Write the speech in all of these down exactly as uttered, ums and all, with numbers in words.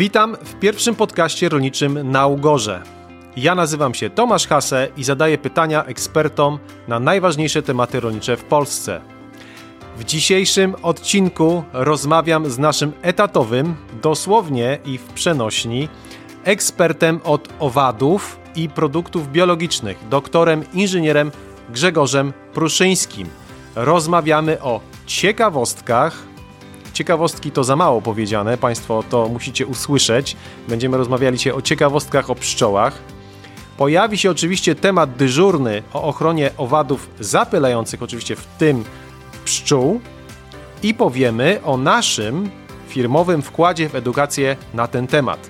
Witam w pierwszym podcaście rolniczym na Ugorze. Ja nazywam się Tomasz Hase i zadaję pytania ekspertom na najważniejsze tematy rolnicze w Polsce. W dzisiejszym odcinku rozmawiam z naszym etatowym, dosłownie i w przenośni, ekspertem od owadów i produktów biologicznych, doktorem inżynierem Grzegorzem Pruszyńskim. Rozmawiamy o ciekawostkach. Ciekawostki to za mało powiedziane, Państwo to musicie usłyszeć. Będziemy rozmawiali dzisiaj o ciekawostkach o pszczołach. Pojawi się oczywiście temat dyżurny o ochronie owadów zapylających, oczywiście w tym pszczół. I powiemy o naszym firmowym wkładzie w edukację na ten temat.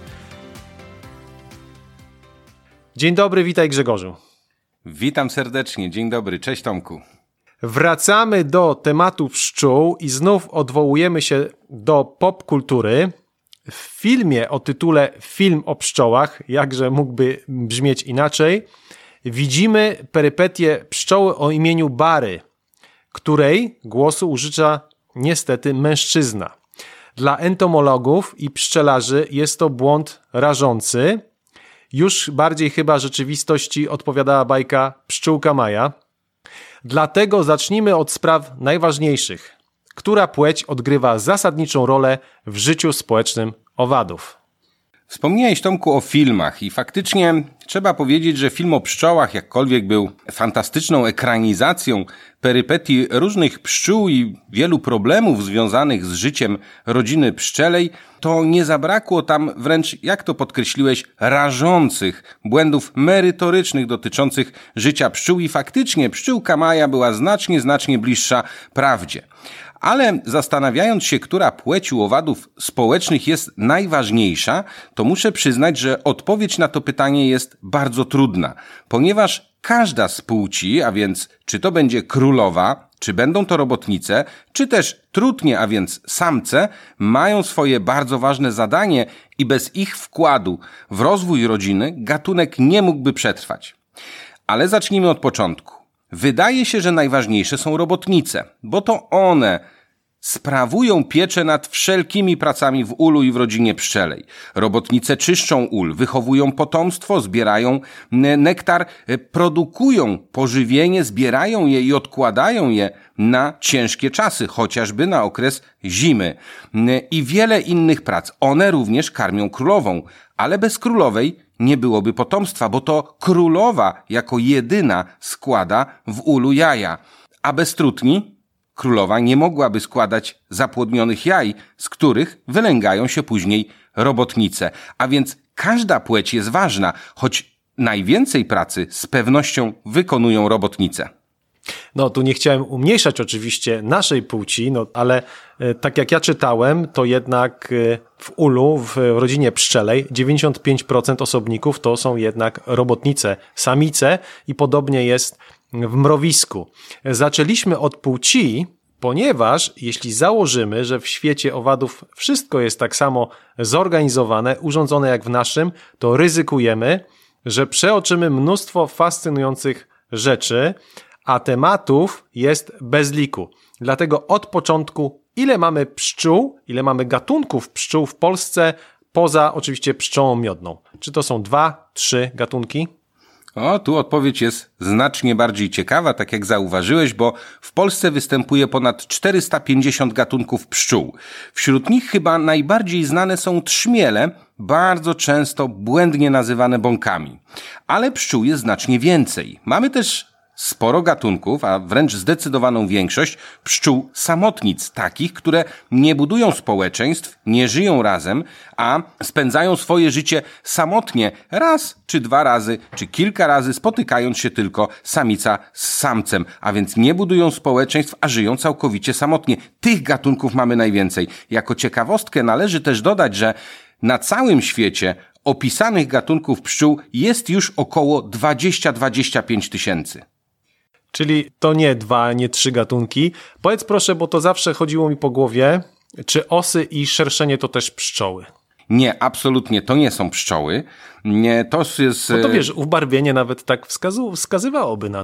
Dzień dobry, witaj Grzegorzu. Witam serdecznie, dzień dobry, cześć Tomku. Wracamy do tematu pszczół i znów odwołujemy się do popkultury. W filmie o tytule Film o pszczołach, jakże mógłby brzmieć inaczej, widzimy perypetię pszczoły o imieniu Bary, której głosu użycza niestety mężczyzna. Dla entomologów i pszczelarzy jest to błąd rażący. Już bardziej chyba rzeczywistości odpowiadała bajka Pszczółka Maja. Dlatego zacznijmy od spraw najważniejszych. Która płeć odgrywa zasadniczą rolę w życiu społecznym owadów? Wspomniałeś, Tomku, o filmach i faktycznie trzeba powiedzieć, że film o pszczołach, jakkolwiek był fantastyczną ekranizacją perypetii różnych pszczół i wielu problemów związanych z życiem rodziny pszczelej, to nie zabrakło tam wręcz, jak to podkreśliłeś, rażących błędów merytorycznych dotyczących życia pszczół i faktycznie Pszczółka Maja była znacznie, znacznie bliższa prawdzie. Ale zastanawiając się, która płeć u owadów społecznych jest najważniejsza, to muszę przyznać, że odpowiedź na to pytanie jest bardzo trudna, ponieważ każda z płci, a więc czy to będzie królowa, czy będą to robotnice, czy też trutnie, a więc samce, mają swoje bardzo ważne zadanie i bez ich wkładu w rozwój rodziny gatunek nie mógłby przetrwać. Ale zacznijmy od początku. Wydaje się, że najważniejsze są robotnice, bo to one sprawują pieczę nad wszelkimi pracami w ulu i w rodzinie pszczelej. Robotnice czyszczą ul, wychowują potomstwo, zbierają nektar, produkują pożywienie, zbierają je i odkładają je na ciężkie czasy, chociażby na okres zimy i wiele innych prac. One również karmią królową, ale bez królowej nie byłoby potomstwa, bo to królowa jako jedyna składa w ulu jaja, a bez trutni królowa nie mogłaby składać zapłodnionych jaj, z których wylęgają się później robotnice. A więc każda płeć jest ważna, choć najwięcej pracy z pewnością wykonują robotnice. No, tu nie chciałem umniejszać oczywiście naszej płci, no, ale e, tak jak ja czytałem, to jednak e, w ulu, w rodzinie pszczelej, dziewięćdziesiąt pięć procent osobników to są jednak robotnice, samice i podobnie jest w mrowisku. Zaczęliśmy od płci, ponieważ jeśli założymy, że w świecie owadów wszystko jest tak samo zorganizowane, urządzone jak w naszym, to ryzykujemy, że przeoczymy mnóstwo fascynujących rzeczy, a tematów jest bez liku. Dlatego od początku, ile mamy pszczół, ile mamy gatunków pszczół w Polsce, poza oczywiście pszczołą miodną? Czy to są dwa, trzy gatunki? O, tu odpowiedź jest znacznie bardziej ciekawa, tak jak zauważyłeś, bo w Polsce występuje ponad czterysta pięćdziesiąt gatunków pszczół. Wśród nich chyba najbardziej znane są trzmiele, bardzo często błędnie nazywane bąkami. Ale pszczół jest znacznie więcej. Mamy też sporo gatunków, a wręcz zdecydowaną większość pszczół samotnic, takich, które nie budują społeczeństw, nie żyją razem, a spędzają swoje życie samotnie, raz czy dwa razy, czy kilka razy spotykając się tylko samica z samcem, a więc nie budują społeczeństw, a żyją całkowicie samotnie. Tych gatunków mamy najwięcej. Jako ciekawostkę należy też dodać, że na całym świecie opisanych gatunków pszczół jest już około dwadzieścia do dwudziestu pięciu tysięcy. Czyli to nie dwa, nie trzy gatunki. Powiedz proszę, bo to zawsze chodziło mi po głowie, czy osy i szerszenie to też pszczoły? Nie, absolutnie, to nie są pszczoły. Nie, to jest... No to wiesz, ubarwienie nawet tak wskazu- wskazywałoby na to.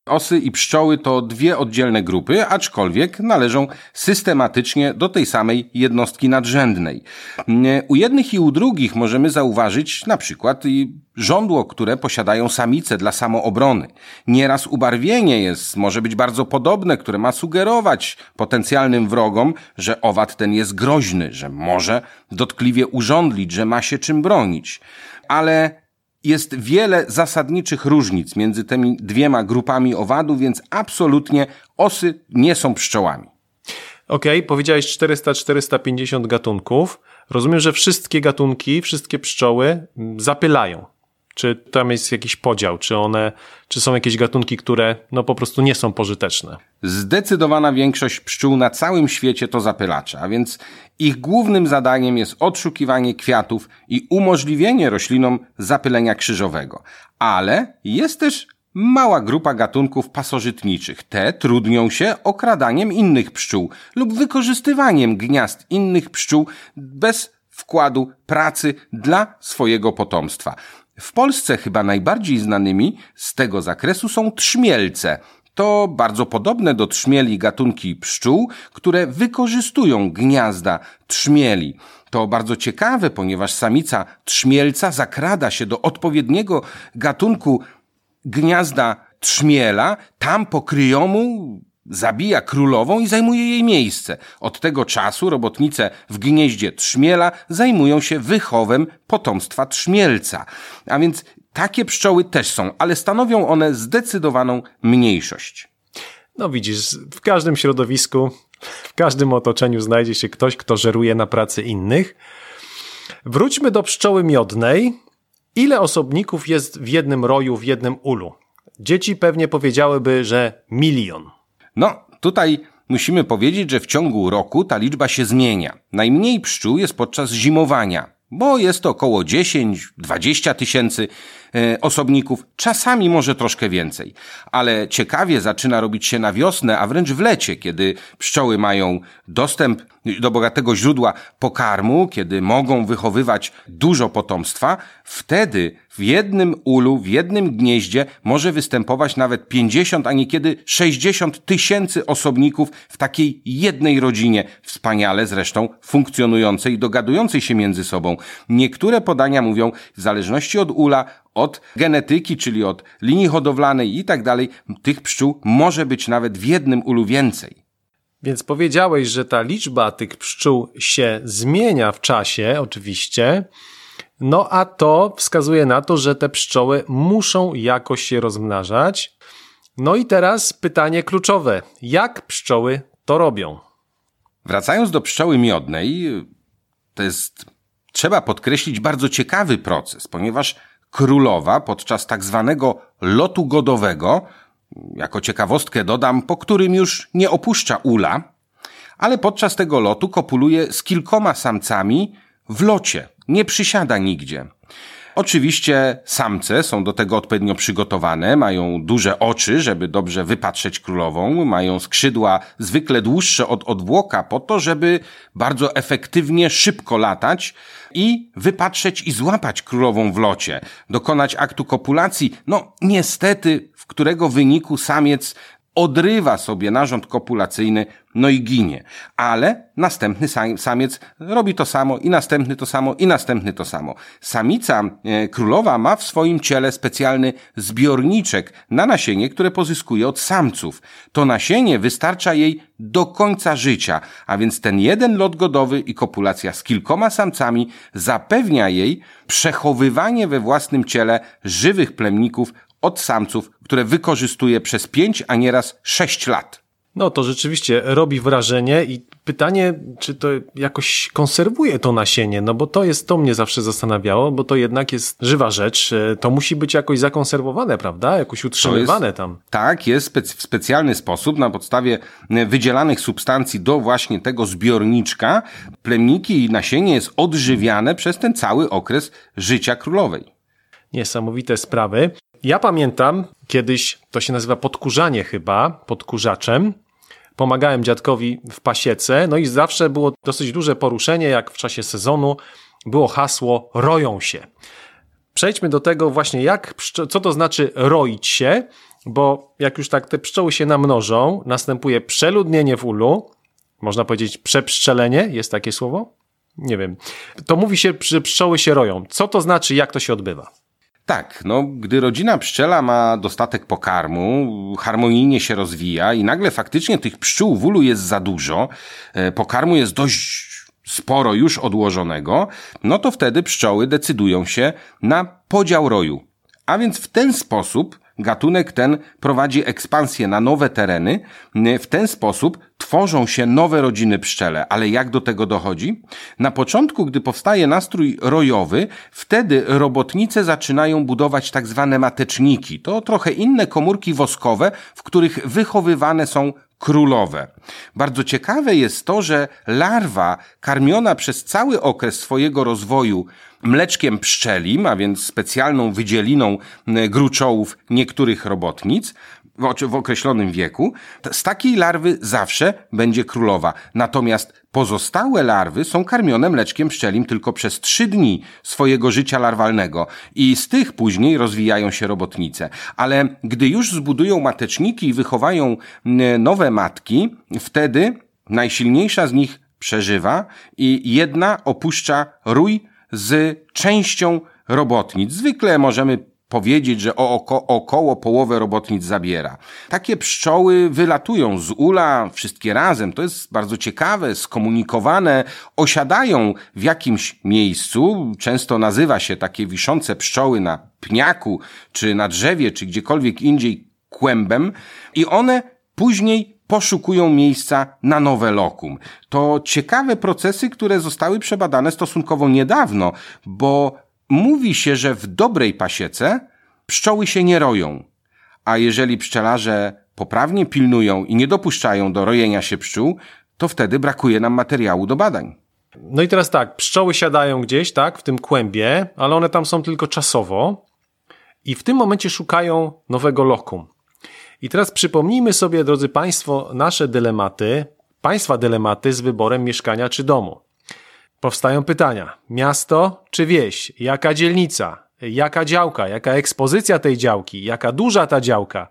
Osy i pszczoły to dwie oddzielne grupy, aczkolwiek należą systematycznie do tej samej jednostki nadrzędnej. U jednych i u drugich możemy zauważyć na przykład i żądło, które posiadają samice dla samoobrony. Nieraz ubarwienie jest, może być bardzo podobne, które ma sugerować potencjalnym wrogom, że owad ten jest groźny, że może dotkliwie urządlić, że ma się czym bronić. Ale jest wiele zasadniczych różnic między tymi dwiema grupami owadów, więc absolutnie osy nie są pszczołami. Okej, okay, powiedziałeś czterysta do czterystu pięćdziesięciu gatunków. Rozumiem, że wszystkie gatunki, wszystkie pszczoły zapylają. Czy tam jest jakiś podział? Czy one, czy są jakieś gatunki, które no po prostu nie są pożyteczne? Zdecydowana większość pszczół na całym świecie to zapylacze, a więc ich głównym zadaniem jest odszukiwanie kwiatów i umożliwienie roślinom zapylenia krzyżowego. Ale jest też mała grupa gatunków pasożytniczych. Te trudnią się okradaniem innych pszczół lub wykorzystywaniem gniazd innych pszczół bez wkładu pracy dla swojego potomstwa. W Polsce chyba najbardziej znanymi z tego zakresu są trzmielce. To bardzo podobne do trzmieli gatunki pszczół, które wykorzystują gniazda trzmieli. To bardzo ciekawe, ponieważ samica trzmielca zakrada się do odpowiedniego gatunku gniazda trzmiela, tam pokryją mu, zabija królową i zajmuje jej miejsce. Od tego czasu robotnice w gnieździe trzmiela zajmują się wychowem potomstwa trzmielca. A więc takie pszczoły też są, ale stanowią one zdecydowaną mniejszość. No widzisz, w każdym środowisku, w każdym otoczeniu znajdzie się ktoś, kto żeruje na pracy innych. Wróćmy do pszczoły miodnej. Ile osobników jest w jednym roju, w jednym ulu? Dzieci pewnie powiedziałyby, że milion. No, tutaj musimy powiedzieć, że w ciągu roku ta liczba się zmienia. Najmniej pszczół jest podczas zimowania, bo jest to około dziesięć do dwudziestu tysięcy e, osobników, czasami może troszkę więcej. Ale ciekawie zaczyna robić się na wiosnę, a wręcz w lecie, kiedy pszczoły mają dostęp do bogatego źródła pokarmu, kiedy mogą wychowywać dużo potomstwa, wtedy w jednym ulu, w jednym gnieździe może występować nawet pięćdziesiąt, a niekiedy sześćdziesiąt tysięcy osobników w takiej jednej rodzinie, wspaniale zresztą funkcjonującej i dogadującej się między sobą. Niektóre podania mówią, w zależności od ula, od genetyki, czyli od linii hodowlanej i tak dalej, tych pszczół może być nawet w jednym ulu więcej. Więc powiedziałeś, że ta liczba tych pszczół się zmienia w czasie, oczywiście, no a to wskazuje na to, że te pszczoły muszą jakoś się rozmnażać. No i teraz pytanie kluczowe. Jak pszczoły to robią? Wracając do pszczoły miodnej, to jest, trzeba podkreślić, bardzo ciekawy proces, ponieważ królowa podczas tak zwanego lotu godowego, jako ciekawostkę dodam, po którym już nie opuszcza ula, ale podczas tego lotu kopuluje z kilkoma samcami w locie, nie przysiada nigdzie. Oczywiście samce są do tego odpowiednio przygotowane, mają duże oczy, żeby dobrze wypatrzeć królową, mają skrzydła zwykle dłuższe od odwłoka po to, żeby bardzo efektywnie, szybko latać i wypatrzeć i złapać królową w locie, dokonać aktu kopulacji, no niestety, w którego wyniku samiec odrywa sobie narząd kopulacyjny, no i ginie. Ale następny samiec robi to samo i następny to samo i następny to samo. Samica e, królowa ma w swoim ciele specjalny zbiorniczek na nasienie, które pozyskuje od samców. To nasienie wystarcza jej do końca życia, a więc ten jeden lot godowy i kopulacja z kilkoma samcami zapewnia jej przechowywanie we własnym ciele żywych plemników od samców, które wykorzystuje przez pięć, a nieraz sześć lat. No to rzeczywiście robi wrażenie i pytanie, czy to jakoś konserwuje to nasienie, no bo to jest, to mnie zawsze zastanawiało, bo to jednak jest żywa rzecz, to musi być jakoś zakonserwowane, prawda? Jakoś utrzymywane jest, tam. Tak, jest spec- w specjalny sposób, na podstawie wydzielanych substancji do właśnie tego zbiorniczka, plemniki i nasienie jest odżywiane przez ten cały okres życia królowej. Niesamowite sprawy. Ja pamiętam, kiedyś to się nazywa podkurzanie chyba, podkurzaczem. Pomagałem dziadkowi w pasiece, no i zawsze było dosyć duże poruszenie, jak w czasie sezonu było hasło roją się. Przejdźmy do tego właśnie, jak, co to znaczy roić się bo jak już tak te pszczoły się namnożą, następuje przeludnienie w ulu, można powiedzieć przepszczelenie, jest takie słowo? Nie wiem. To mówi się, że pszczoły się roją. Co to znaczy, jak to się odbywa? Tak, no gdy rodzina pszczela ma dostatek pokarmu, harmonijnie się rozwija i nagle faktycznie tych pszczół w ulu jest za dużo, pokarmu jest dość sporo już odłożonego, no to wtedy pszczoły decydują się na podział roju. A więc w ten sposób gatunek ten prowadzi ekspansję na nowe tereny, w ten sposób tworzą się nowe rodziny pszczele. Ale jak do tego dochodzi? Na początku, gdy powstaje nastrój rojowy, wtedy robotnice zaczynają budować tak zwane mateczniki. To trochę inne komórki woskowe, w których wychowywane są królowe. Bardzo ciekawe jest to, że larwa karmiona przez cały okres swojego rozwoju mleczkiem pszczelim, a więc specjalną wydzieliną gruczołów niektórych robotnic w określonym wieku, z takiej larwy zawsze będzie królowa. Natomiast pozostałe larwy są karmione mleczkiem pszczelim tylko przez trzy dni swojego życia larwalnego i z tych później rozwijają się robotnice. Ale gdy już zbudują mateczniki i wychowają nowe matki, wtedy najsilniejsza z nich przeżywa i jedna opuszcza rój z częścią robotnic. Zwykle możemy powiedzieć, że o oko, około połowę robotnic zabiera. Takie pszczoły wylatują z ula wszystkie razem. To jest bardzo ciekawe, skomunikowane. Osiadają w jakimś miejscu. Często nazywa się takie wiszące pszczoły na pniaku, czy na drzewie, czy gdziekolwiek indziej kłębem. I one później poszukują miejsca na nowe lokum. To ciekawe procesy, które zostały przebadane stosunkowo niedawno, bo mówi się, że w dobrej pasiece pszczoły się nie roją, a jeżeli pszczelarze poprawnie pilnują i nie dopuszczają do rojenia się pszczół, to wtedy brakuje nam materiału do badań. No i teraz tak, pszczoły siadają gdzieś, tak, w tym kłębie, ale one tam są tylko czasowo i w tym momencie szukają nowego lokum. I teraz przypomnijmy sobie, drodzy Państwo, nasze dylematy, Państwa dylematy z wyborem mieszkania czy domu. Powstają pytania. Miasto czy wieś? Jaka dzielnica? Jaka działka? Jaka ekspozycja tej działki? Jaka duża ta działka?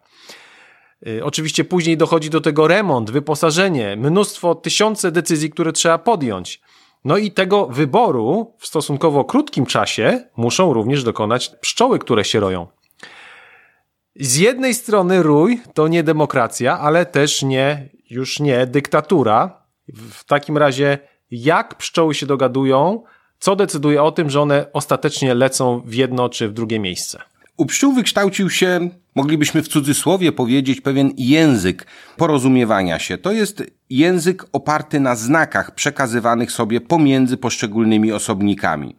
Yy, oczywiście później dochodzi do tego remont, wyposażenie, mnóstwo, tysiące decyzji, które trzeba podjąć. No i tego wyboru w stosunkowo krótkim czasie muszą również dokonać pszczoły, które się roją. Z jednej strony rój to nie demokracja, ale też nie, już nie dyktatura. W takim razie jak pszczoły się dogadują, co decyduje o tym, że one ostatecznie lecą w jedno czy w drugie miejsce? U pszczół wykształcił się, moglibyśmy w cudzysłowie powiedzieć, pewien język porozumiewania się. To jest język oparty na znakach przekazywanych sobie pomiędzy poszczególnymi osobnikami.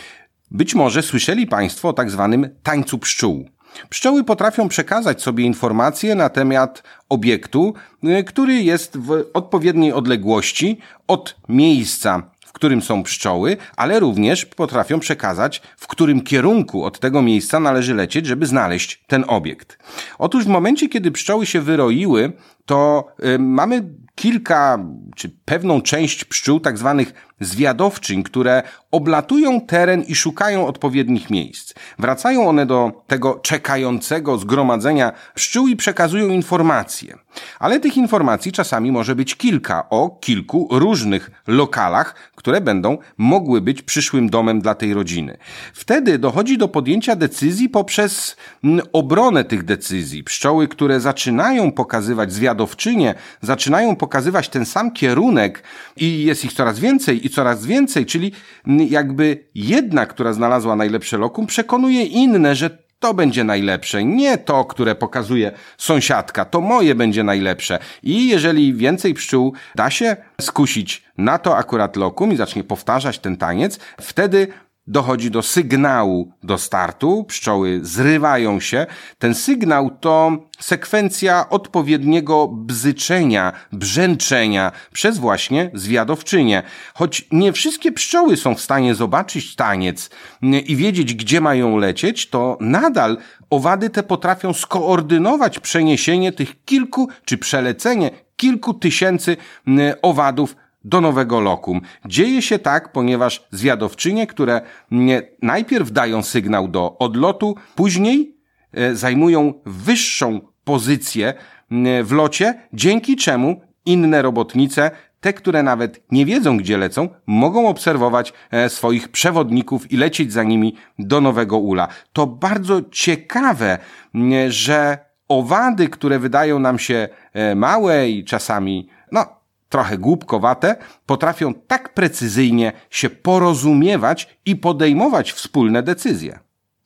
Być może słyszeli Państwo o tak zwanym tańcu pszczół. Pszczoły potrafią przekazać sobie informacje na temat obiektu, który jest w odpowiedniej odległości od miejsca, w którym są pszczoły, ale również potrafią przekazać, w którym kierunku od tego miejsca należy lecieć, żeby znaleźć ten obiekt. Otóż w momencie, kiedy pszczoły się wyroiły, to y, mamy kilka, czy pewną część pszczół, tak zwanych zwiadowczyń, które oblatują teren i szukają odpowiednich miejsc. Wracają one do tego czekającego zgromadzenia pszczół i przekazują informacje. Ale tych informacji czasami może być kilka o kilku różnych lokalach, które będą mogły być przyszłym domem dla tej rodziny. Wtedy dochodzi do podjęcia decyzji poprzez obronę tych decyzji. Pszczoły, które zaczynają pokazywać zwiadowczynie, zaczynają pokazywać ten sam kierunek i jest ich coraz więcej i coraz więcej, czyli jakby jedna, która znalazła najlepsze lokum, przekonuje inne, że to będzie najlepsze, nie to, które pokazuje sąsiadka, to moje będzie najlepsze. I jeżeli więcej pszczół da się skusić na to akurat lokum i zacznie powtarzać ten taniec, wtedy dochodzi do sygnału do startu, pszczoły zrywają się. Ten sygnał to sekwencja odpowiedniego bzyczenia, brzęczenia przez właśnie zwiadowczynię. Choć nie wszystkie pszczoły są w stanie zobaczyć taniec i wiedzieć, gdzie mają lecieć, to nadal owady te potrafią skoordynować przeniesienie tych kilku, czy przelecenie kilku tysięcy owadów do nowego lokum. Dzieje się tak, ponieważ zwiadowczynie, które najpierw dają sygnał do odlotu, później zajmują wyższą pozycję w locie, dzięki czemu inne robotnice, te, które nawet nie wiedzą, gdzie lecą, mogą obserwować swoich przewodników i lecieć za nimi do nowego ula. To bardzo ciekawe, że owady, które wydają nam się małe i czasami, no, trochę głupkowate, potrafią tak precyzyjnie się porozumiewać i podejmować wspólne decyzje.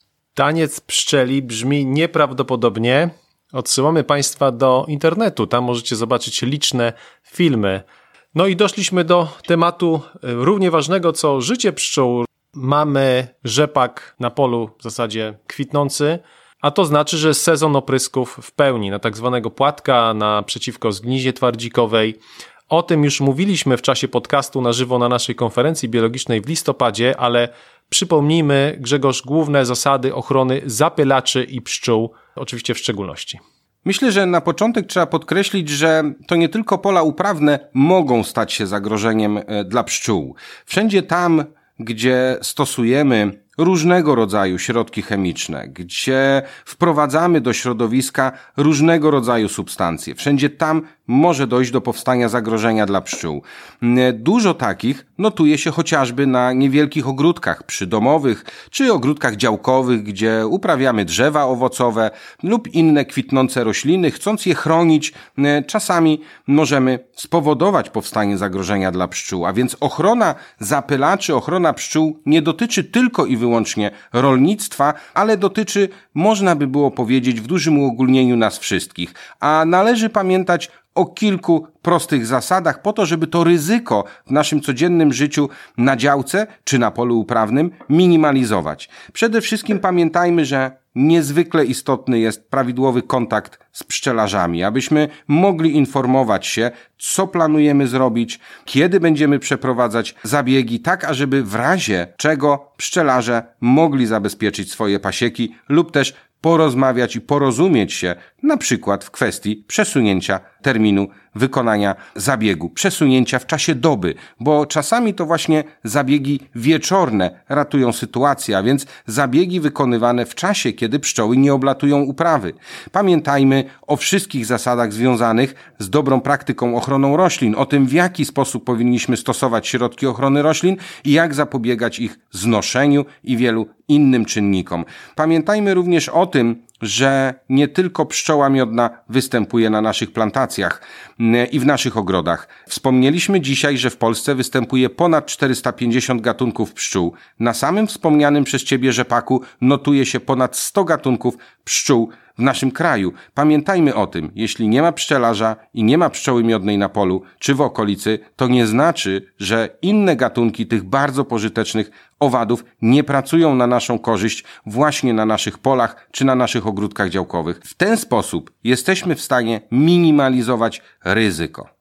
Taniec pszczeli brzmi nieprawdopodobnie. Odsyłamy Państwa do internetu, tam możecie zobaczyć liczne filmy. No i doszliśmy do tematu równie ważnego co życie pszczół. Mamy rzepak na polu w zasadzie kwitnący, a to znaczy, że sezon oprysków w pełni, na tak zwanego płatka, na przeciwko zgnizie twardzikowej. O tym już mówiliśmy w czasie podcastu na żywo na naszej konferencji biologicznej w listopadzie, ale przypomnijmy, Grzegorz, główne zasady ochrony zapylaczy i pszczół, oczywiście w szczególności. Myślę, że na początek trzeba podkreślić, że to nie tylko pola uprawne mogą stać się zagrożeniem dla pszczół. Wszędzie tam, gdzie stosujemy różnego rodzaju środki chemiczne, gdzie wprowadzamy do środowiska różnego rodzaju substancje. Wszędzie tam może dojść do powstania zagrożenia dla pszczół. Dużo takich notuje się chociażby na niewielkich ogródkach przydomowych czy ogródkach działkowych, gdzie uprawiamy drzewa owocowe lub inne kwitnące rośliny. Chcąc je chronić, czasami możemy spowodować powstanie zagrożenia dla pszczół. A więc ochrona zapylaczy, ochrona pszczół nie dotyczy tylko i wyłącznie rolnictwa, ale dotyczy, można by było powiedzieć, w dużym uogólnieniu nas wszystkich. A należy pamiętać o kilku prostych zasadach po to, żeby to ryzyko w naszym codziennym życiu na działce czy na polu uprawnym minimalizować. Przede wszystkim pamiętajmy, że niezwykle istotny jest prawidłowy kontakt z pszczelarzami, abyśmy mogli informować się, co planujemy zrobić, kiedy będziemy przeprowadzać zabiegi, tak ażeby w razie czego pszczelarze mogli zabezpieczyć swoje pasieki lub też porozmawiać i porozumieć się na przykład w kwestii przesunięcia terminu wykonania zabiegu, przesunięcia w czasie doby, bo czasami to właśnie zabiegi wieczorne ratują sytuację, a więc zabiegi wykonywane w czasie, kiedy pszczoły nie oblatują uprawy. Pamiętajmy o wszystkich zasadach związanych z dobrą praktyką ochroną roślin, o tym, w jaki sposób powinniśmy stosować środki ochrony roślin i jak zapobiegać ich znoszeniu i wielu innym czynnikom. Pamiętajmy również o tym, że nie tylko pszczoła miodna występuje na naszych plantacjach i w naszych ogrodach. Wspomnieliśmy dzisiaj, że w Polsce występuje ponad czterysta pięćdziesiąt gatunków pszczół. Na samym wspomnianym przez Ciebie rzepaku notuje się ponad sto gatunków pszczół w naszym kraju. Pamiętajmy o tym, jeśli nie ma pszczelarza i nie ma pszczoły miodnej na polu czy w okolicy, to nie znaczy, że inne gatunki tych bardzo pożytecznych owadów nie pracują na naszą korzyść właśnie na naszych polach czy na naszych ogródkach działkowych. W ten sposób jesteśmy w stanie minimalizować ryzyko.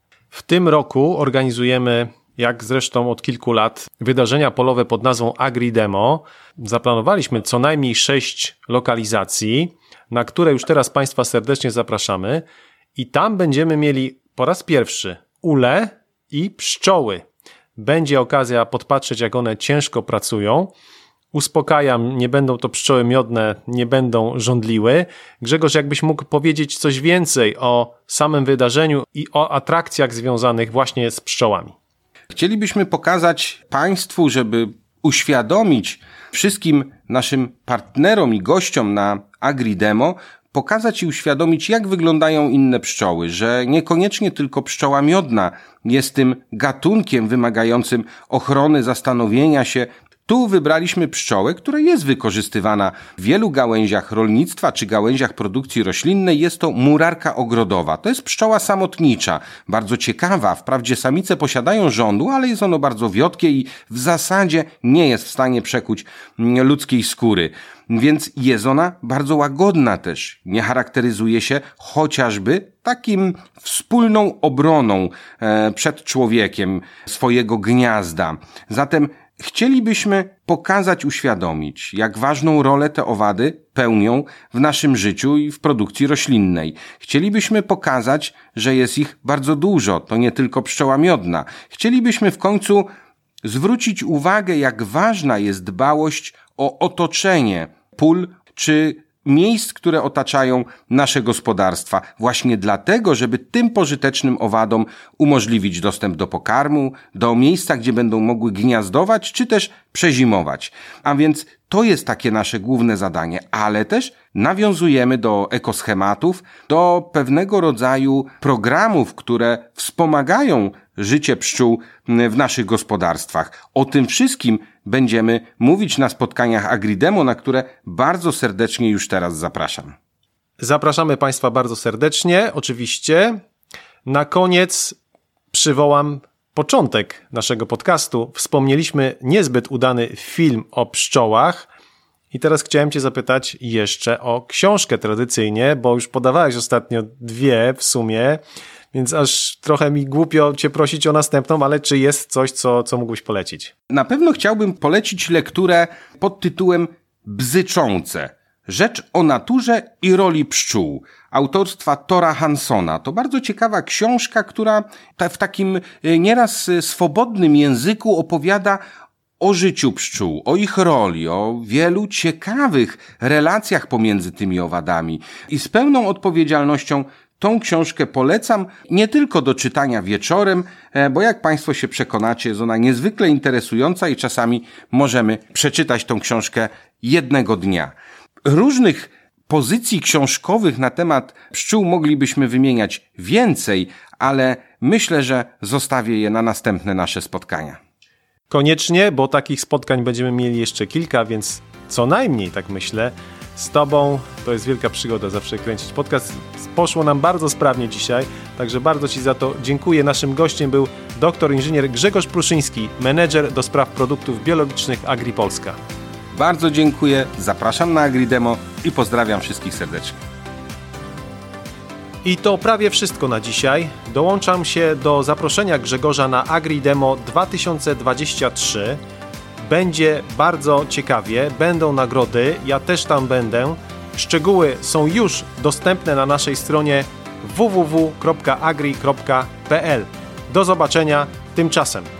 W tym roku organizujemy, jak zresztą od kilku lat, wydarzenia polowe pod nazwą AgriDemo. Zaplanowaliśmy co najmniej sześć lokalizacji, na które już teraz Państwa serdecznie zapraszamy i tam będziemy mieli po raz pierwszy ule i pszczoły. Będzie okazja podpatrzeć, jak one ciężko pracują. Uspokajam, nie będą to pszczoły miodne, nie będą żądliły. Grzegorz, jakbyś mógł powiedzieć coś więcej o samym wydarzeniu i o atrakcjach związanych właśnie z pszczołami. Chcielibyśmy pokazać Państwu, żeby uświadomić wszystkim naszym partnerom i gościom na AgriDemo, pokazać i uświadomić, jak wyglądają inne pszczoły, że niekoniecznie tylko pszczoła miodna jest tym gatunkiem wymagającym ochrony, zastanowienia się. Tu wybraliśmy pszczołę, która jest wykorzystywana w wielu gałęziach rolnictwa czy gałęziach produkcji roślinnej. Jest to murarka ogrodowa. To jest pszczoła samotnicza, bardzo ciekawa. Wprawdzie samice posiadają żądło, ale jest ono bardzo wiotkie i w zasadzie nie jest w stanie przekuć ludzkiej skóry. Więc jest ona bardzo łagodna też. Nie charakteryzuje się chociażby takim wspólną obroną e, przed człowiekiem swojego gniazda. Zatem chcielibyśmy pokazać, uświadomić, jak ważną rolę te owady pełnią w naszym życiu i w produkcji roślinnej. Chcielibyśmy pokazać, że jest ich bardzo dużo, to nie tylko pszczoła miodna. Chcielibyśmy w końcu zwrócić uwagę, jak ważna jest dbałość o otoczenie pól czy miejsc, które otaczają nasze gospodarstwa. Właśnie dlatego, żeby tym pożytecznym owadom umożliwić dostęp do pokarmu, do miejsca, gdzie będą mogły gniazdować, czy też przezimować. A więc to jest takie nasze główne zadanie, ale też nawiązujemy do ekoschematów, do pewnego rodzaju programów, które wspomagają życie pszczół w naszych gospodarstwach. O tym wszystkim będziemy mówić na spotkaniach AgriDemo, na które bardzo serdecznie już teraz zapraszam. Zapraszamy Państwa bardzo serdecznie, oczywiście. Na koniec przywołam początek naszego podcastu. Wspomnieliśmy niezbyt udany film o pszczołach i teraz chciałem Cię zapytać jeszcze o książkę tradycyjnie, bo już podawałeś ostatnio dwie w sumie, więc aż trochę mi głupio Cię prosić o następną, ale czy jest coś, co, co mógłbyś polecić? Na pewno chciałbym polecić lekturę pod tytułem Bzyczące. Rzecz o naturze i roli pszczół. Autorstwa Tora Hansona. To bardzo ciekawa książka, która w takim nieraz swobodnym języku opowiada o życiu pszczół, o ich roli, o wielu ciekawych relacjach pomiędzy tymi owadami. I z pełną odpowiedzialnością tą książkę polecam nie tylko do czytania wieczorem, bo jak Państwo się przekonacie, jest ona niezwykle interesująca i czasami możemy przeczytać tą książkę jednego dnia. Różnych pozycji książkowych na temat pszczół moglibyśmy wymieniać więcej, ale myślę, że zostawię je na następne nasze spotkania. Koniecznie, bo takich spotkań będziemy mieli jeszcze kilka, więc co najmniej, tak myślę, z Tobą to jest wielka przygoda zawsze kręcić podcast. Poszło nam bardzo sprawnie dzisiaj, także bardzo Ci za to dziękuję. Naszym gościem był doktor inżynier Grzegorz Pruszyński, menedżer do spraw produktów biologicznych AgriPolska. Bardzo dziękuję, zapraszam na AgriDemo i pozdrawiam wszystkich serdecznie. I to prawie wszystko na dzisiaj. Dołączam się do zaproszenia Grzegorza na AgriDemo dwa tysiące dwadzieścia trzy. Będzie bardzo ciekawie, będą nagrody, ja też tam będę. Szczegóły są już dostępne na naszej stronie w w w kropka agri kropka p l. Do zobaczenia tymczasem.